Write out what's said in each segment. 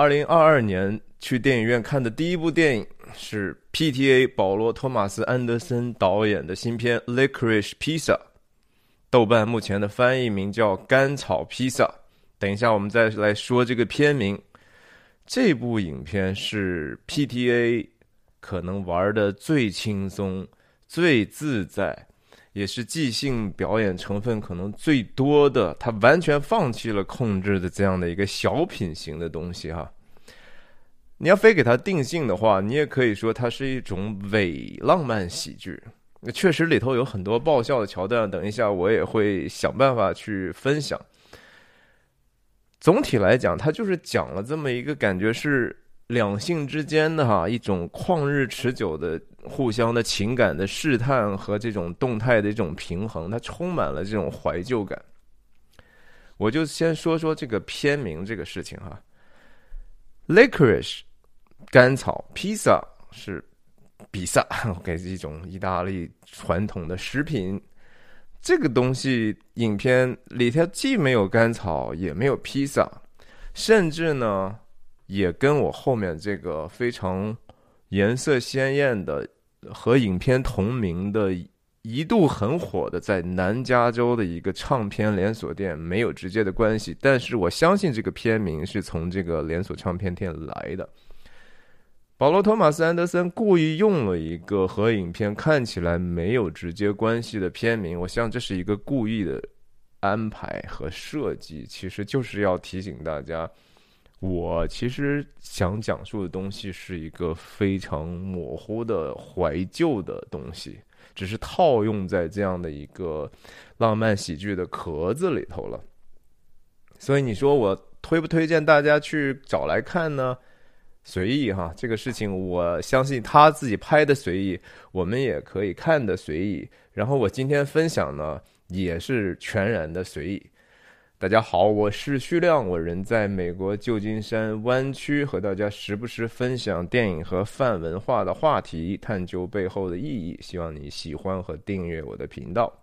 2022年去电影院看的第一部电影是 PTA 保罗·托马斯·安德森导演的新片《Licorice Pizza》，豆瓣目前的翻译名叫甘草披萨。等一下我们再来说这个片名。这部影片是 PTA 可能玩的最轻松、最自在，也是即兴表演成分可能最多的，他完全放弃了控制的这样的一个小品型的东西哈。你要非给它定性的话，你也可以说它是一种伪浪漫喜剧。确实里头有很多爆笑的桥段，等一下我也会想办法去分享。总体来讲，它就是讲了这么一个感觉是两性之间的一种旷日持久的互相的情感的试探和这种动态的一种平衡，它充满了这种怀旧感。我就先说说这个片名这个事情哈。Licorice 甘草，披萨是比萨，给一种意大利传统的食品。这个东西影片里头既没有甘草也没有披萨，甚至呢也跟我后面这个非常颜色鲜艳的和影片同名的一度很火的在南加州的一个唱片连锁店没有直接的关系，但是我相信这个片名是从这个连锁唱片店来的。保罗·托马斯·安德森故意用了一个和影片看起来没有直接关系的片名，我想这是一个故意的安排和设计，其实就是要提醒大家，我其实想讲述的东西是一个非常模糊的怀旧的东西，只是套用在这样的一个浪漫喜剧的壳子里头了。所以你说我推不推荐大家去找来看呢？随意哈，这个事情我相信他自己拍的随意，我们也可以看的随意。然后我今天分享呢，也是全然的随意。大家好，我是旭亮，我人在美国旧金山湾区，和大家时不时分享电影和泛文化的话题，探究背后的意义。希望你喜欢和订阅我的频道。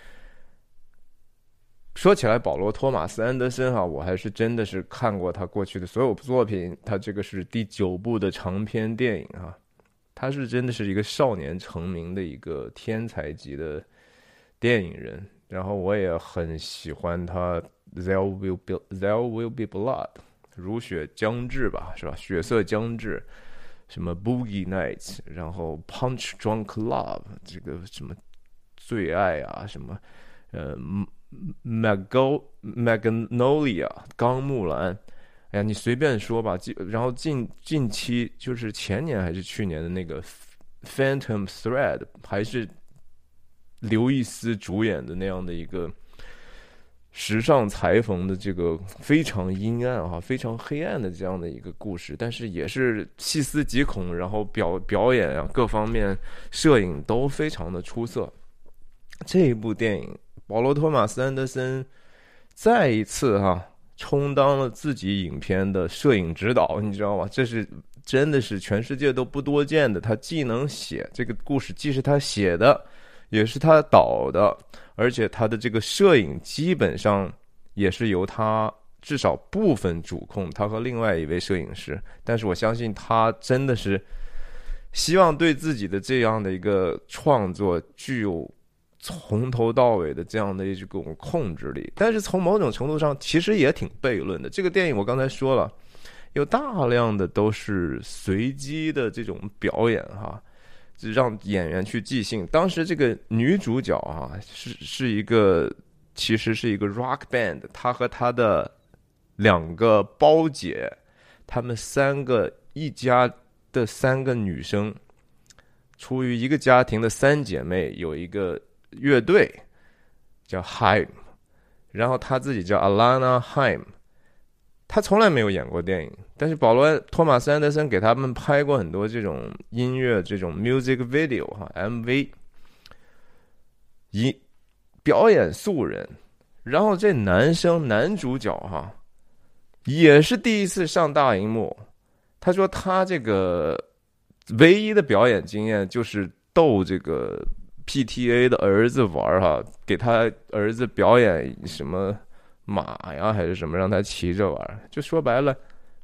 说起来，保罗·托马斯·安德森我还是真的是看过他过去的所有作品，他这个是第9部的长篇电影他是真的是一个少年成名的一个天才级的电影人。然后我也很喜欢他 There will be blood 如雪将至吧，是吧？血色将至，什么 Boogie Nights， 然后 Punch Drunk Love， 这个什么最爱什么Magnolia 钢木兰，哎呀，你随便说吧。然后近期就是前年还是去年的那个 Phantom Thread， 还是刘易斯主演的那样的一个时尚裁缝的这个非常阴暗非常黑暗的这样的一个故事，但是也是细思极恐，然后表演各方面摄影都非常的出色。这一部电影保罗·托马斯·安德森再一次充当了自己影片的摄影指导，你知道吗？这是真的是全世界都不多见的。他既能写这个故事，既是他写的，也是他导的，而且他的这个摄影基本上也是由他至少部分主控，他和另外一位摄影师。但是我相信他真的是希望对自己的这样的一个创作具有从头到尾的这样的一种控制力，但是从某种程度上其实也挺悖论的。这个电影我刚才说了，有大量的都是随机的这种表演让演员去即兴。当时这个女主角是一个，其实是一个 rock band， 她和她的2个胞姐，她们一家的3个女生，出于一个家庭的3姐妹，有一个乐队叫 Haim， 然后他自己叫 Alana Haim。 他从来没有演过电影，但是保罗·托马斯·安德森给他们拍过很多这种音乐，这种 music video MV， 表演素人。然后这男主角也是第一次上大荧幕。他说他这个唯一的表演经验就是逗这个PTA 的儿子玩给他儿子表演什么马呀还是什么，让他骑着玩。就说白了，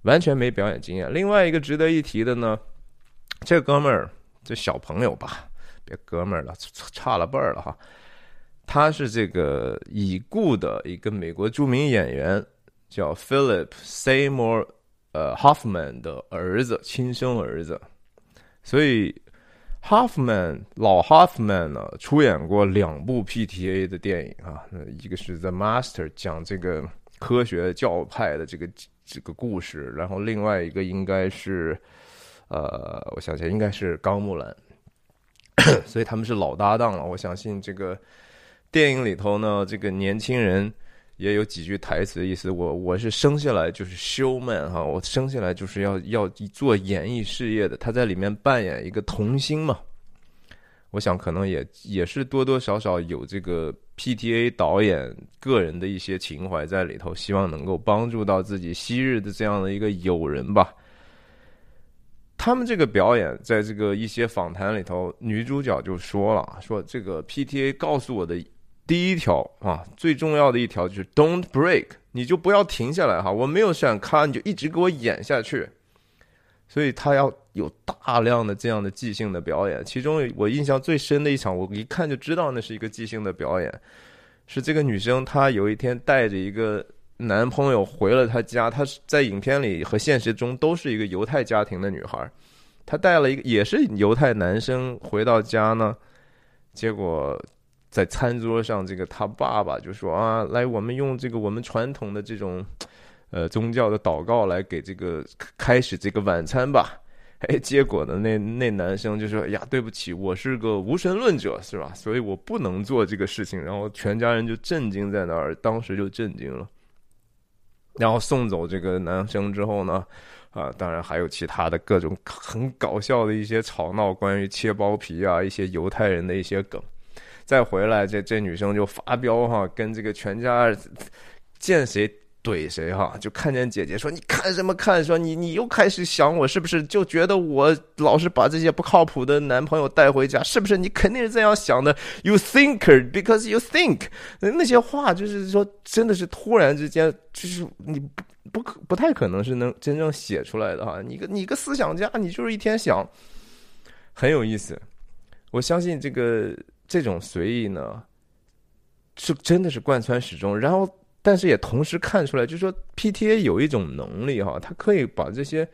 完全没表演经验。另外一个值得一提的呢，这哥们儿，这小朋友吧，别哥们儿了，差了辈儿了哈。他是这个已故的一个美国著名演员，叫 Philip Seymour Hoffman 的儿子，亲生儿子。所以 老 Hoffman 呢出演过2部 PTA 的电影啊，一个是 The Master 讲这个科学教派的这个故事，然后另外一个应该是我想起来应该是钢木兰，所以他们是老搭档了。我相信这个电影里头呢，这个年轻人也有几句台词的意思，我是生下来就是 showman 哈，我生下来就是要做演艺事业的。他在里面扮演一个童星嘛，我想可能也是多多少少有这个 PTA 导演个人的一些情怀在里头，希望能够帮助到自己昔日的这样的一个友人吧。他们这个表演在这个一些访谈里头，女主角就说了，说这个 PTA 告诉我的第一条啊，最重要的一条就是 Don't break， 你就不要停下来哈，我没有想看你就一直给我演下去。所以他要有大量的这样的即兴的表演，其中我印象最深的一场，我一看就知道那是一个即兴的表演，是这个女生她有一天带着一个男朋友回了她家，她在影片里和现实中都是一个犹太家庭的女孩，她带了一个也是犹太男生回到家呢，结果在餐桌上，这个他爸爸就说啊，来我们用这个我们传统的这种宗教的祷告来给这个开始这个晚餐吧。结果呢，那男生就说呀，对不起，我是个无神论者，是吧？所以我不能做这个事情。然后全家人就震惊在那儿，当时就震惊了。然后送走这个男生之后呢，当然还有其他的各种很搞笑的一些吵闹，关于切包皮啊，一些犹太人的一些梗。再回来，这女生就发飙哈，跟这个全家见谁怼谁哈，就看见姐姐说你看什么看，说你又开始想我是不是就觉得我老是把这些不靠谱的男朋友带回家，是不是你肯定是这样想的 You thinker because you think， 那些话就是说真的是突然之间，就是你不太可能是能真正写出来的哈，你个思想家，你就是一天想，很有意思。我相信这种随意呢，是真的是贯穿始终。然后，但是也同时看出来，就是说 PTA 有一种能力哈，他可以把这些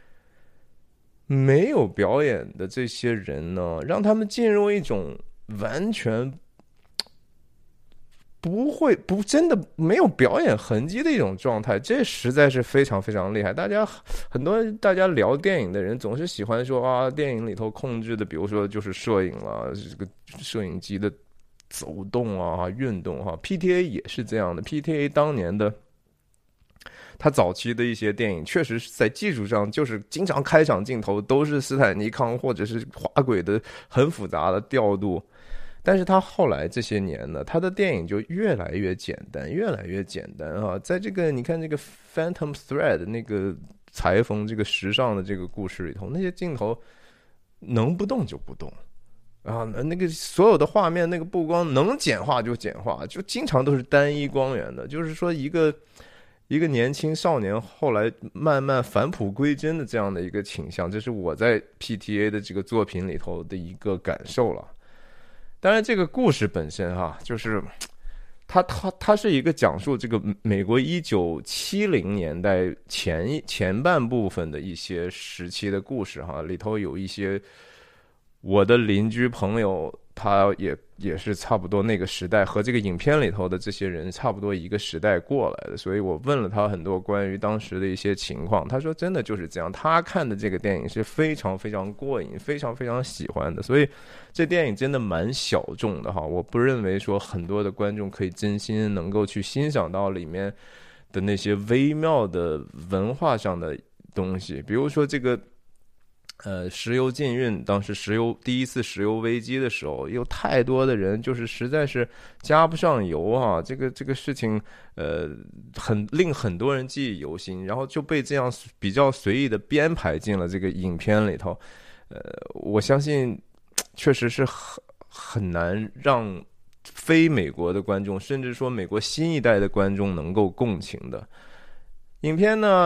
没有表演的这些人呢，让他们进入一种完全真的没有表演痕迹的一种状态，这实在是非常非常厉害。大家聊电影的人总是喜欢说啊，电影里头控制的，比如说就是摄影啦，这个摄影机的走动啊、运动哈。PTA 也是这样的。PTA 当年的他早期的一些电影，确实是在技术上就是经常开场镜头都是斯坦尼康或者是滑轨的很复杂的调度。但是他后来这些年呢，他的电影就越来越简单，越来越简单啊！在这个你看这个 Phantom Thread 那个裁缝这个时尚的这个故事里头，那些镜头能不动就不动啊，那个所有的画面那个布光能简化就简化，就经常都是单一光源的，就是说一个年轻少年后来慢慢返璞归真的这样的一个倾向，这是我在 PTA 的这个作品里头的一个感受了。当然，这个故事本身哈，就是它是一个讲述这个美国1970年代前半部分的一些时期的故事哈，里头有一些我的邻居朋友，他也是差不多那个时代和这个影片里头的这些人差不多一个时代过来的，所以我问了他很多关于当时的一些情况，他说真的就是这样，他看的这个电影是非常非常过瘾，非常非常喜欢的，所以这电影真的蛮小众的哈，我不认为说很多的观众可以真心能够去欣赏到里面的那些微妙的文化上的东西，比如说这个石油禁运，当时第一次石油危机的时候，有太多的人就是实在是加不上油啊，这个事情令很多人记忆犹新，然后就被这样比较随意的编排进了这个影片里头。我相信确实是很难让非美国的观众，甚至说美国新一代的观众能够共情的。影片呢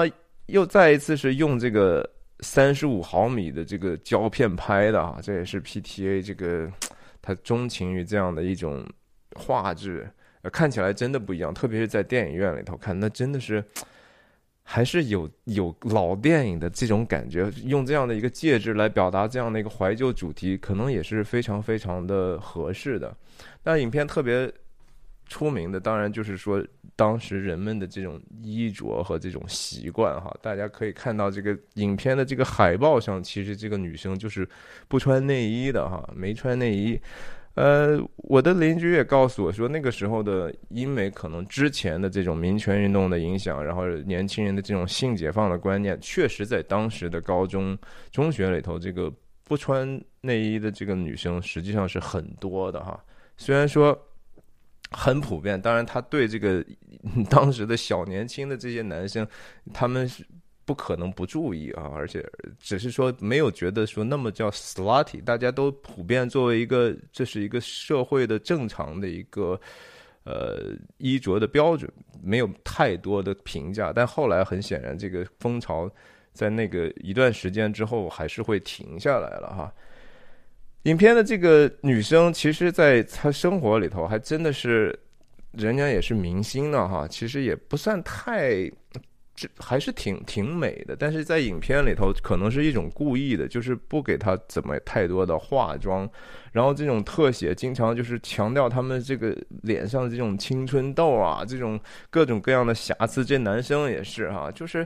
又再一次是用这个35毫米的这个胶片拍的啊，这也是 PTA 这个他钟情于这样的一种画质，看起来真的不一样，特别是在电影院里头看，那真的是还是有老电影的这种感觉，用这样的一个介质来表达这样的一个怀旧主题，可能也是非常非常的合适的。那影片特别出名的当然就是说当时人们的这种衣着和这种习惯哈，大家可以看到这个影片的这个海报上，其实这个女生就是不穿内衣的哈，没穿内衣。我的邻居也告诉我说，那个时候的因为可能之前的这种民权运动的影响，然后年轻人的这种性解放的观念，确实在当时的高中、中学里头，这个不穿内衣的这个女生实际上是很多的哈。虽然说很普遍，当然他对这个当时的小年轻的这些男生，他们是不可能不注意啊，而且只是说没有觉得说那么叫 slutty， 大家都普遍作为一个这是一个社会的正常的一个衣着的标准，没有太多的评价。但后来很显然，这个风潮在那个一段时间之后还是会停下来了哈。影片的这个女生，其实在她生活里头还真的是，人家也是明星呢哈，其实也不算太，还是挺美的。但是在影片里头，可能是一种故意的，就是不给她怎么太多的化妆，然后这种特写经常就是强调他们这个脸上的这种青春痘啊，这种各种各样的瑕疵。这男生也是哈，就是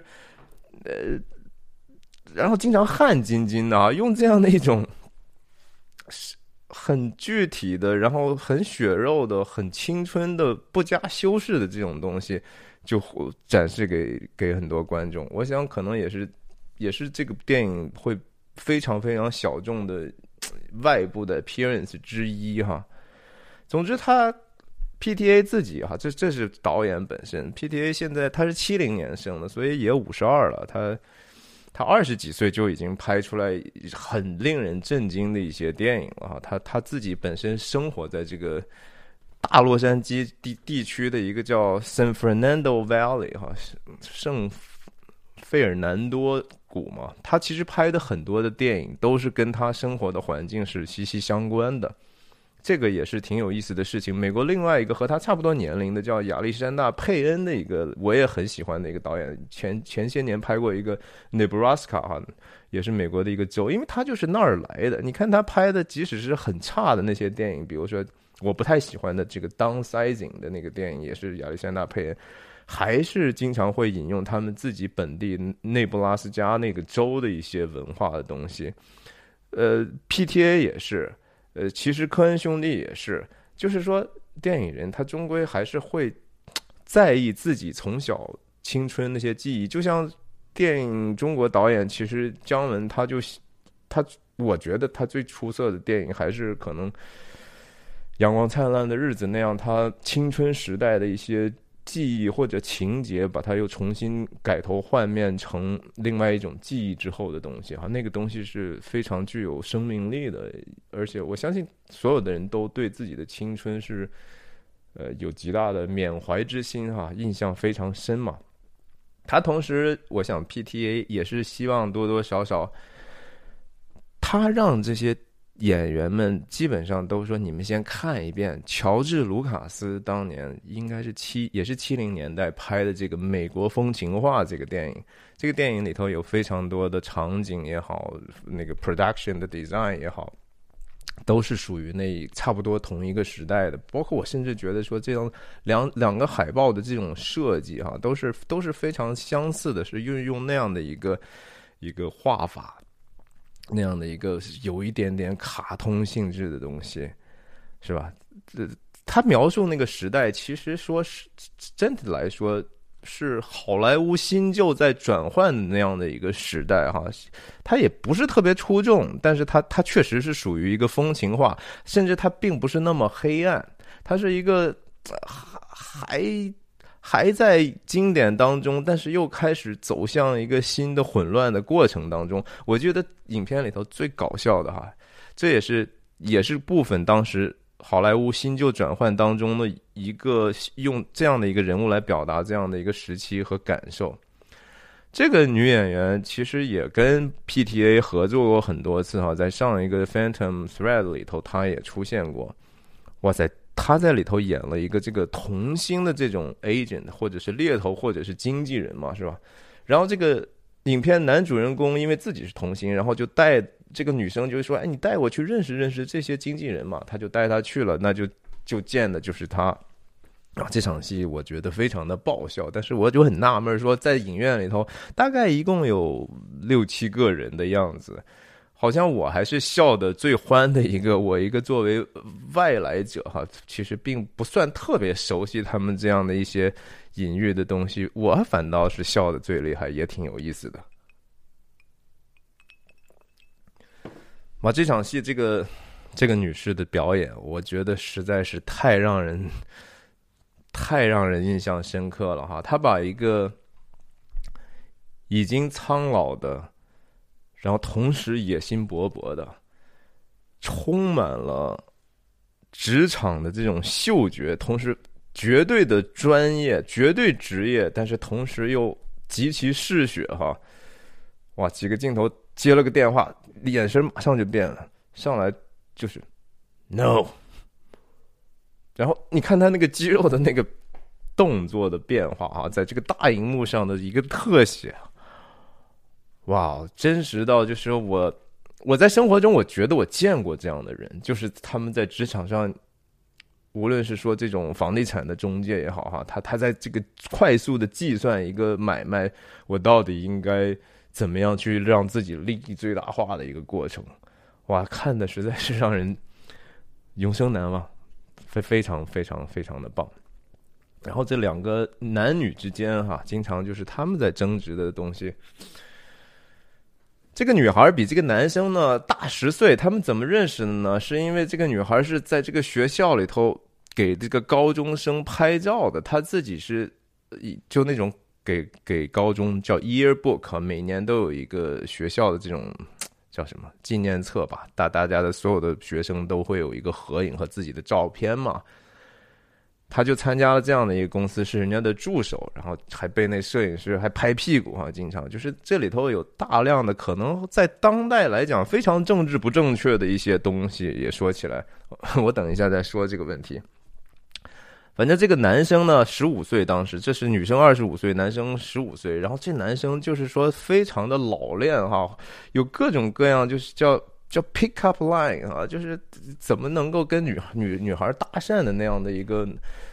然后经常汗津津的啊，用这样的一种很具体的，然后很血肉的、很青春的、不加修饰的这种东西，就展示给很多观众。我想可能也是这个电影会非常非常小众的外部的 appearance 之一哈。总之他 PTA 自己哈，这是导演本身。PTA 现在他是70年生的，所以也52了。他20几岁就已经拍出来很令人震惊的一些电影了哈。他自己本身生活在这个大洛杉矶地区的一个叫 San Fernando Valley 哈，圣费尔南多谷嘛。他其实拍的很多的电影都是跟他生活的环境是息息相关的。这个也是挺有意思的事情。美国另外一个和他差不多年龄的叫亚历山大·佩恩的一个我也很喜欢的一个导演，前些年拍过一个 Nebraska 哈，也是美国的一个州，因为他就是那儿来的。你看他拍的即使是很差的那些电影，比如说我不太喜欢的这个 Downsizing 的那个电影，也是亚历山大·佩恩，还是经常会引用他们自己本地内布拉斯加那个州的一些文化的东西。PTA 也是。其实科恩兄弟也是，就是说电影人他终归还是会在意自己从小青春那些记忆。就像电影中国导演，其实姜文我觉得他最出色的电影还是可能《阳光灿烂的日子》那样，他青春时代的一些记忆或者情节，把它又重新改头换面成另外一种记忆之后的东西哈，那个东西是非常具有生命力的。而且我相信所有的人都对自己的青春是有极大的缅怀之心哈，印象非常深嘛。他同时我想 PTA 也是希望多多少少他让这些演员们基本上都说，你们先看一遍乔治·卢卡斯当年应该是也是70年代拍的这个《美国风情画》这个电影。这个电影里头有非常多的场景也好，那个 production 的 design 也好，都是属于那差不多同一个时代的。包括我甚至觉得说，这种两个海报的这种设计哈，都是非常相似的，是运用那样的一个画法。那样的一个有一点点卡通性质的东西，是吧？他描述那个时代，其实说是真的来说，是好莱坞新旧在转换的那样的一个时代哈。它也不是特别出众，但是它确实是属于一个风情画，甚至它并不是那么黑暗，它是一个还在经典当中，但是又开始走向一个新的混乱的过程当中。我觉得影片里头最搞笑的哈，这也是部分当时好莱坞新旧转换当中的一个用这样的一个人物来表达这样的一个时期和感受。 这个女演员其实也跟 PTA 合作过很多次哈，在上一个 Phantom Thread 里头，她也出现过。哇塞，她在里头演了一个这个童星的这种 agent， 或者是猎头，或者是经纪人嘛，是吧？然后这个影片男主人公因为自己是童星，然后就带这个女生就说：“哎，你带我去认识认识这些经纪人嘛。”他就带她去了，那就见的就是他。啊，这场戏我觉得非常的爆笑，但是我就很纳闷，说在影院里头大概一共有6-7个人的样子，好像我还是笑得最欢的一个。我一个作为外来者哈，其实并不算特别熟悉他们这样的一些隐喻的东西，我反倒是笑得最厉害，也挺有意思的。哇，这场戏这个女士的表演，我觉得实在是太让人印象深刻了哈！她把一个已经苍老的，然后同时野心勃勃的，充满了职场的这种嗅觉，同时绝对的专业、绝对职业，但是同时又极其嗜血哈！哇，几个镜头接了个电话，眼神马上就变了，上来就是 no。然后你看他那个肌肉的那个动作的变化啊，在这个大荧幕上的一个特写，哇，真实到就是我在生活中我觉得我见过这样的人，就是他们在职场上，无论是说这种房地产的中介也好哈，他在这个快速的计算一个买卖，我到底应该怎么样去让自己利益最大化的一个过程，哇，看的实在是让人永生难忘。非常非常非常的棒。然后这两个男女之间哈，经常就是他们在争执的东西。这个女孩比这个男生呢大10岁，他们怎么认识的呢？是因为这个女孩是在这个学校里头给这个高中生拍照的，她自己是就那种给高中叫 yearbook， 每年都有一个学校的这种叫什么纪念册吧，大家的所有的学生都会有一个合影和自己的照片嘛。他就参加了这样的一个公司，是人家的助手，然后还被那摄影师还拍屁股啊，经常就是这里头有大量的可能在当代来讲非常政治不正确的一些东西，也说起来，我等一下再说这个问题。反正这个男生呢15岁，当时这是女生25岁，男生15岁，然后这男生就是说非常的老练哈，有各种各样就是叫 pick up line 啊，就是怎么能够跟女孩搭讪的那样的一个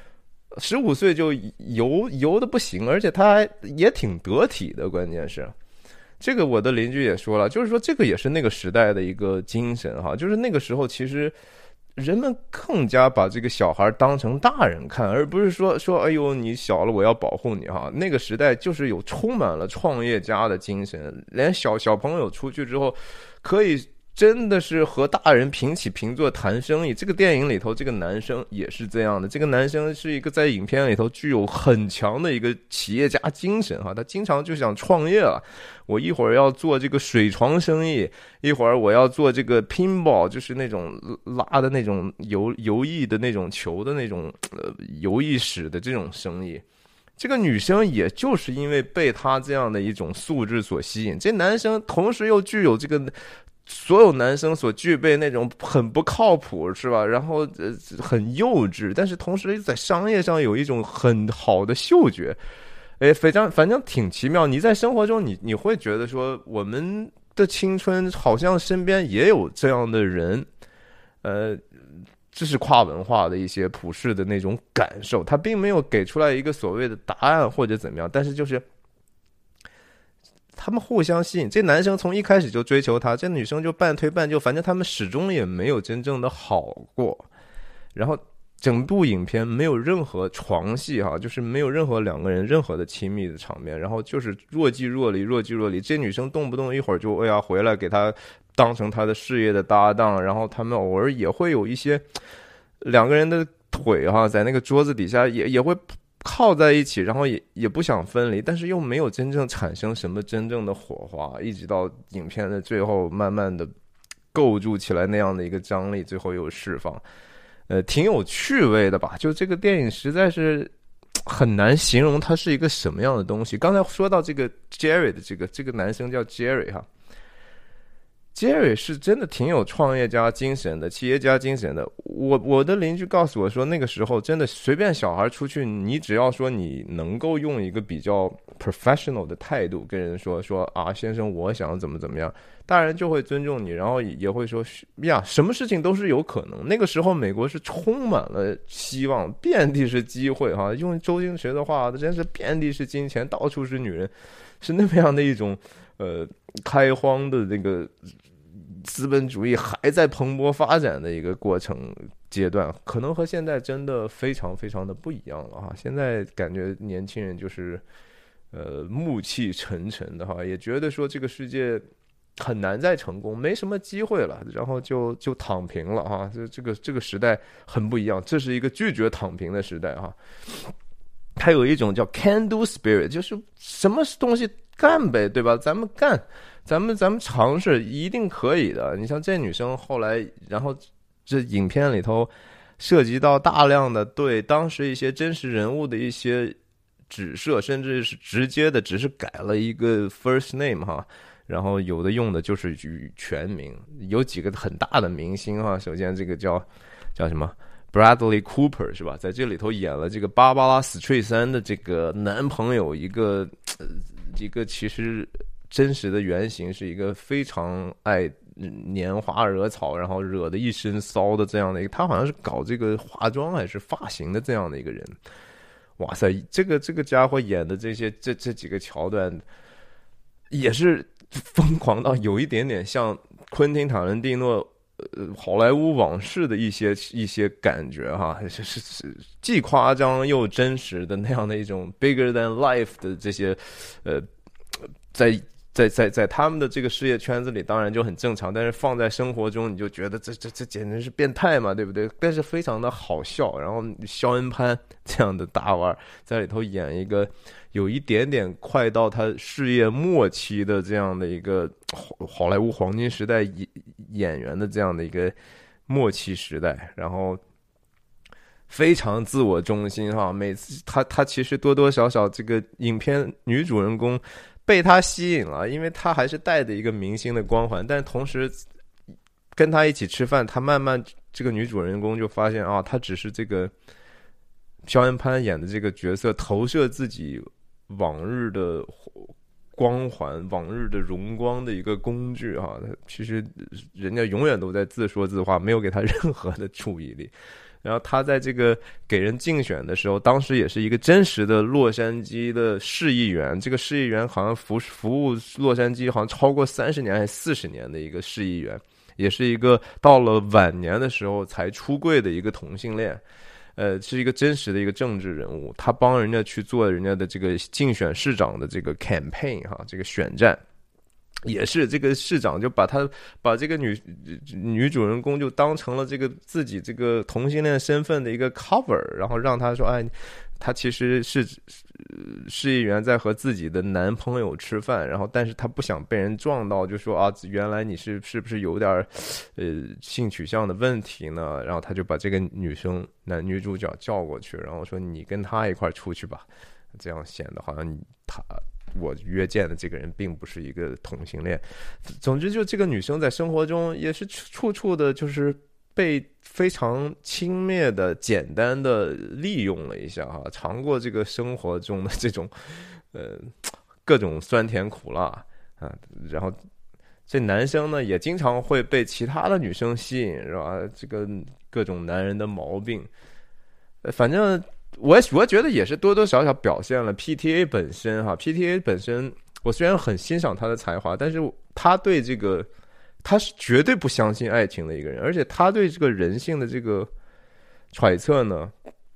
，15岁就油的不行，而且他还也挺得体的，关键是。这个我的邻居也说了，就是说这个也是那个时代的一个精神哈，就是那个时候其实人们更加把这个小孩当成大人看，而不是说哎呦你小了我要保护你哈。那个时代就是有充满了创业家的精神，连小朋友出去之后可以真的是和大人平起平坐谈生意。这个电影里头这个男生也是这样的，这个男生是一个在影片里头具有很强的一个企业家精神哈，他经常就想创业了，我一会儿要做这个水床生意，一会儿我要做这个 pinball， 就是那种拉的那种游艺的那种球的那种游艺室的这种生意。这个女生也就是因为被他这样的一种素质所吸引，这男生同时又具有这个所有男生所具备那种很不靠谱是吧，然后很幼稚，但是同时在商业上有一种很好的嗅觉，反正挺奇妙。你在生活中你会觉得说我们的青春好像身边也有这样的人，这是跨文化的一些普世的那种感受，他并没有给出来一个所谓的答案或者怎么样，但是就是他们互相吸引，这男生从一开始就追求她，这女生就半推半就，反正他们始终也没有真正的好过。然后整部影片没有任何床戏哈，就是没有任何两个人任何的亲密的场面，然后就是若即若离。这女生动不动一会儿就回来给他当成他的事业的搭档，然后他们偶尔也会有一些两个人的腿哈在那个桌子底下也会靠在一起，然后也不想分离，但是又没有真正产生什么真正的火花，一直到影片的最后慢慢的构筑起来那样的一个张力，最后又释放，挺有趣味的吧。就这个电影实在是很难形容它是一个什么样的东西。刚才说到这个 Jerry 的这个男生叫 Jerry 哈，Jerry 是真的挺有创业家精神的，企业家精神的。我的邻居告诉我说，那个时候真的随便小孩出去，你只要说你能够用一个比较 professional 的态度跟人说啊，先生，我想怎么样，大人就会尊重你，然后也会说呀，什么事情都是有可能。那个时候美国是充满了希望，遍地是机会哈。用周星驰的话，真是遍地是金钱，到处是女人，是那么样的一种开荒的这个资本主义还在蓬勃发展的一个过程阶段，可能和现在真的非常非常的不一样了哈。现在感觉年轻人就是暮气沉沉的哈，也觉得说这个世界很难再成功，没什么机会了，然后就躺平了哈。这个时代很不一样，这是一个拒绝躺平的时代哈。还有一种叫 can do spirit， 就是什么东西干呗，对吧？咱们干，咱们尝试，一定可以的。你像这女生后来，然后这影片里头涉及到大量的对当时一些真实人物的一些指涉，甚至是直接的只是改了一个 first name 哈，然后有的用的就是全名，有几个很大的明星哈。首先这个叫什么？Bradley Cooper 是吧？在这里头演了这个芭芭拉·史翠珊的这个男朋友，一个其实真实的原型是一个非常爱拈花惹草，然后惹得一身骚的这样的一个，他好像是搞这个化妆还是发型的这样的一个人。哇塞，这个家伙演的这些这几个桥段，也是疯狂到有一点点像昆汀·塔伦蒂诺。好莱坞往事的一些感觉哈，是既夸张又真实的那样的一种 bigger than life 的这些，在他们的这个事业圈子里当然就很正常，但是放在生活中你就觉得这简直是变态嘛，对不对？但是非常的好笑。然后肖恩潘这样的大腕在里头演一个有一点点快到他事业末期的这样的一个好莱坞黄金时代演员的这样的一个末期时代，然后非常自我中心哈。每次他其实多多少少这个影片女主人公被他吸引了，因为他还是带着一个明星的光环，但同时跟他一起吃饭，他慢慢这个女主人公就发现啊，他只是这个肖恩潘演的这个角色投射自己往日的光环、往日的荣光的一个工具哈。其实人家永远都在自说自话，没有给他任何的注意力。然后他在这个给人竞选的时候，当时也是一个真实的洛杉矶的市议员，这个市议员好像服务洛杉矶好像超过30年还是40年的一个市议员，也是一个到了晚年的时候才出柜的一个同性恋。是一个真实的一个政治人物，他帮人家去做人家的这个竞选市长的这个 campaign 哈，这个选战，也是这个市长就把这个女主人公就当成了这个自己这个同性恋身份的一个 cover， 然后让他说，哎，他其实是市议员在和自己的男朋友吃饭，然后但是他不想被人撞到，就说啊，原来你是不是有点性取向的问题呢？然后他就把这个女主角叫过去，然后说你跟他一块出去吧，这样显得好像我约见的这个人并不是一个同性恋。总之就这个女生在生活中也是处处的就是被非常轻蔑的简单的利用了一下哈，尝过这个生活中的这种各种酸甜苦辣啊，然后这男生呢也经常会被其他的女生吸引，是吧？这个各种男人的毛病，反正我觉得也是多多少少表现了 PTA 本身哈。PTA 本身我虽然很欣赏他的才华，但是他对这个他是绝对不相信爱情的一个人，而且他对这个人性的这个揣测呢，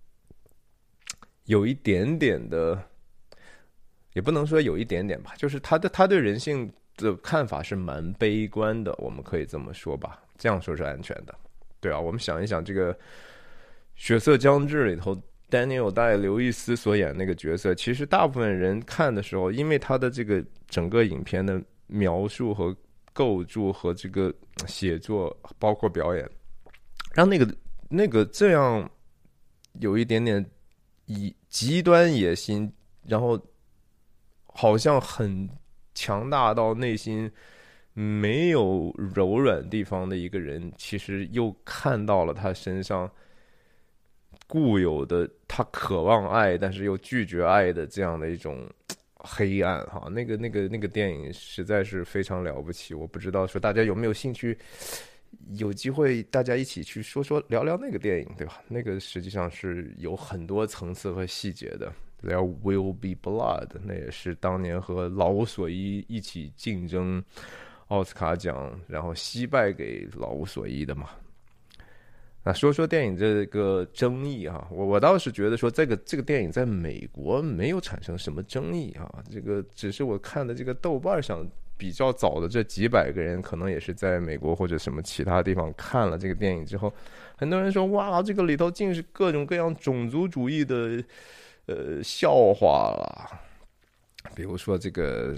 有一点点的，也不能说有一点点吧，就是他对人性的看法是蛮悲观的，我们可以这么说吧，这样说是安全的。对啊，我们想一想这个《血色将至》里头Daniel 戴刘易斯所演那个角色，其实大部分人看的时候，因为他的这个整个影片的描述和构筑和这个写作，包括表演，让那个这样有一点点以极端野心，然后好像很强大到内心没有柔软地方的一个人，其实又看到了他身上固有的他渴望爱但是又拒绝爱的这样的一种黑暗哈。那个电影实在是非常了不起，我不知道说大家有没有兴趣，有机会大家一起去聊聊那个电影，对吧？那个实际上是有很多层次和细节的。There Will Be Blood， 那也是当年和老无所依一起竞争奥斯卡奖，然后惜败给老无所依的嘛。那说电影这个争议啊，我倒是觉得说这个电影在美国没有产生什么争议啊，这个只是我看的这个豆瓣上比较早的这几百个人，可能也是在美国或者什么其他地方看了这个电影之后，很多人说哇，这个里头竟是各种各样种族主义的笑话啦。比如说这个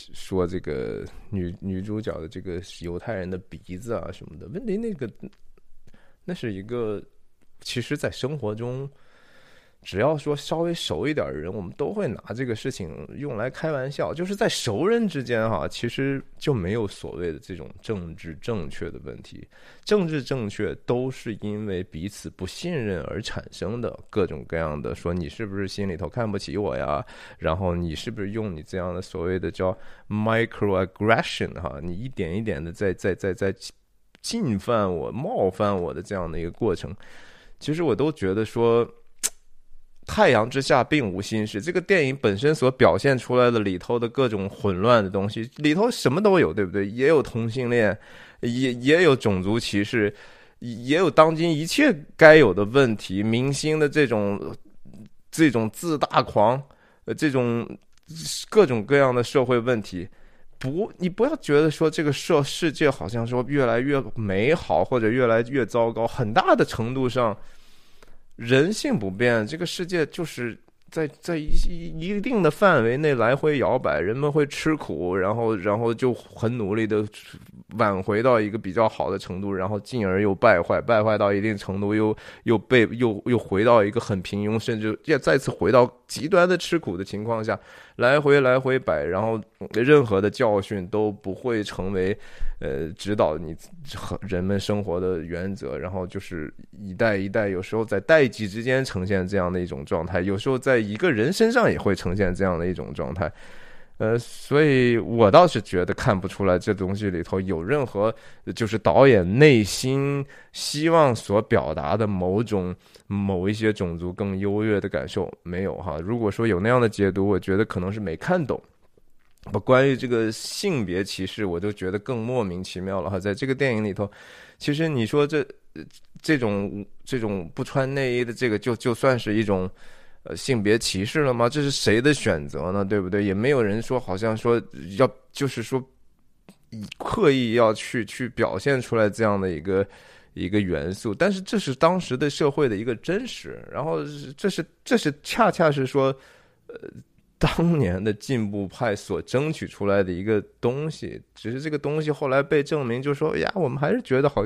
女主角的这个犹太人的鼻子啊什么的，问题那是一个，其实在生活中只要说稍微熟一点的人，我们都会拿这个事情用来开玩笑，就是在熟人之间哈，其实就没有所谓的这种政治正确的问题。政治正确都是因为彼此不信任而产生的各种各样的，说你是不是心里头看不起我呀，然后你是不是用你这样的所谓的叫 microaggression 哈，你一点一点的在侵犯我冒犯我的这样的一个过程。其实我都觉得说太阳之下并无新事，这个电影本身所表现出来的里头的各种混乱的东西，里头什么都有，对不对？也有同性恋，也有种族歧视，也有当今一切该有的问题，明星的这种自大狂，这种各种各样的社会问题。你不要觉得说这个世界好像说越来越美好或者越来越糟糕，很大的程度上人性不变，这个世界就是在一定的范围内来回摇摆，人们会吃苦，然后就很努力的挽回到一个比较好的程度，然后进而又败坏到一定程度，又回到一个很平庸，甚至再次回到极端的吃苦的情况下，来回摆，然后任何的教训都不会成为指导你人们生活的原则，然后就是一代一代，有时候在代际之间呈现这样的一种状态，有时候在一个人身上也会呈现这样的一种状态。所以我倒是觉得看不出来这东西里头有任何就是导演内心希望所表达的某一些种族更优越的感受，没有哈。如果说有那样的解读，我觉得可能是没看懂。关于这个性别歧视，我就觉得更莫名其妙了哈。在这个电影里头，其实你说这种不穿内衣的这个就算是一种性别歧视了吗？这是谁的选择呢？对不对？也没有人说好像说要就是说刻意要去表现出来这样的一个元素，但是这是当时的社会的一个真实，然后这是恰恰是说当年的进步派所争取出来的一个东西，只是这个东西后来被证明，就说呀，我们还是觉得好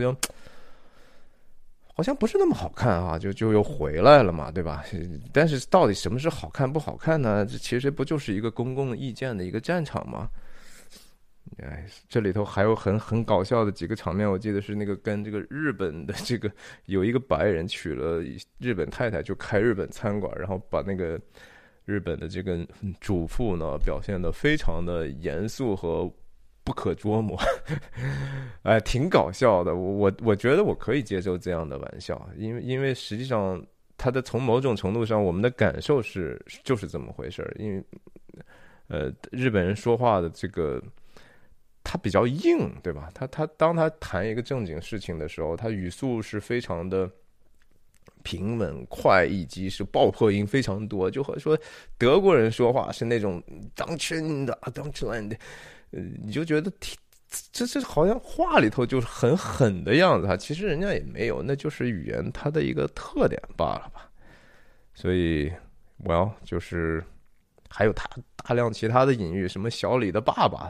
像不是那么好看啊，就又回来了嘛，对吧？但是到底什么是好看不好看呢？这其实不就是一个公共意见的一个战场吗？这里头还有很搞笑的几个场面，我记得是那个跟这个日本的这个有一个白人娶了日本太太，就开日本餐馆，然后把那个日本的这个主妇呢表现得非常的严肃和不可捉摸，哎，挺搞笑的。我觉得我可以接受这样的玩笑，因为实际上它的从某种程度上，我们的感受就是这么回事。因为日本人说话的这个他比较硬，对吧？当他谈一个正经事情的时候，他语速是非常的平稳快，以及是爆破音非常多，就和说德国人说话是那种当真的当真的，你就觉得这好像话里头就是很狠的样子哈，其实人家也没有，那就是语言它的一个特点罢了吧。所以就是还有他大量其他的隐喻，什么小李的爸爸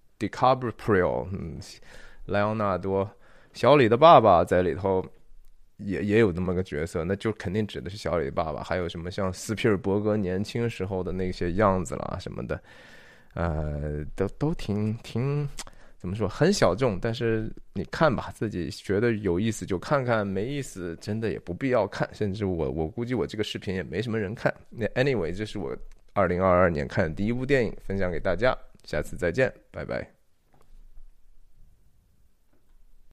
DiCaprio，莱昂纳多，小李的爸爸在里头也有那么个角色，那就肯定指的是小李爸爸，还有什么像斯皮尔伯格年轻时候的那些样子啦什么的，都挺怎么说，很小众，但是你看吧，自己觉得有意思就看看，没意思真的也不必要看，甚至我估计我这个视频也没什么人看。那 anyway，这是我2022年看的第一部电影，分享给大家，下次再见，拜拜。